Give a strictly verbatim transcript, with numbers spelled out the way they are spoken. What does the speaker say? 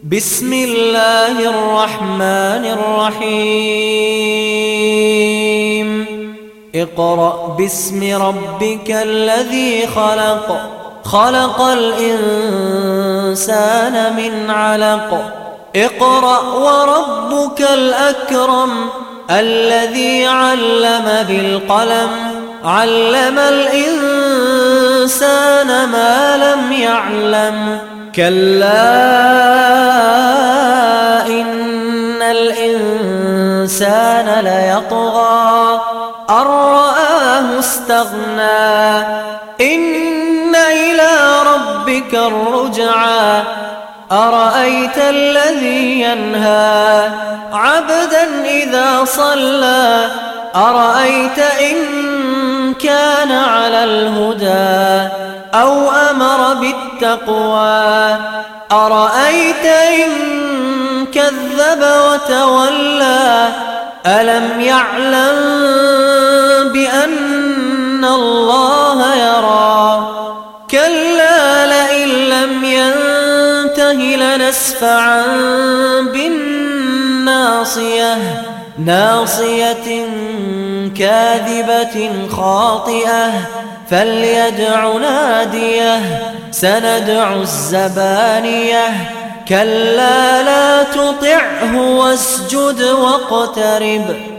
بسم الله الرحمن الرحيم اقرأ باسم ربك الذي خلق خلق الإنسان من علق اقرأ وربك الأكرم الذي علم بالقلم علم الإنسان ما لم يعلم كلا إن الإنسان ليطغى أن رآه استغنى إن إلى ربك الرجعى أرأيت الذي ينهى عبدا إذا صلى أرأيت إن كان على الهدى أو أمر بالتقوى أرأيت إن كذب وتولى ألم يعلم بأن الله يرى كلا لئن لم ينته لنسفعا بالناصية ناصية كاذبة خاطئة فليدع ناديه سندع الزبانية كلا لا تطعه واسجد واقترب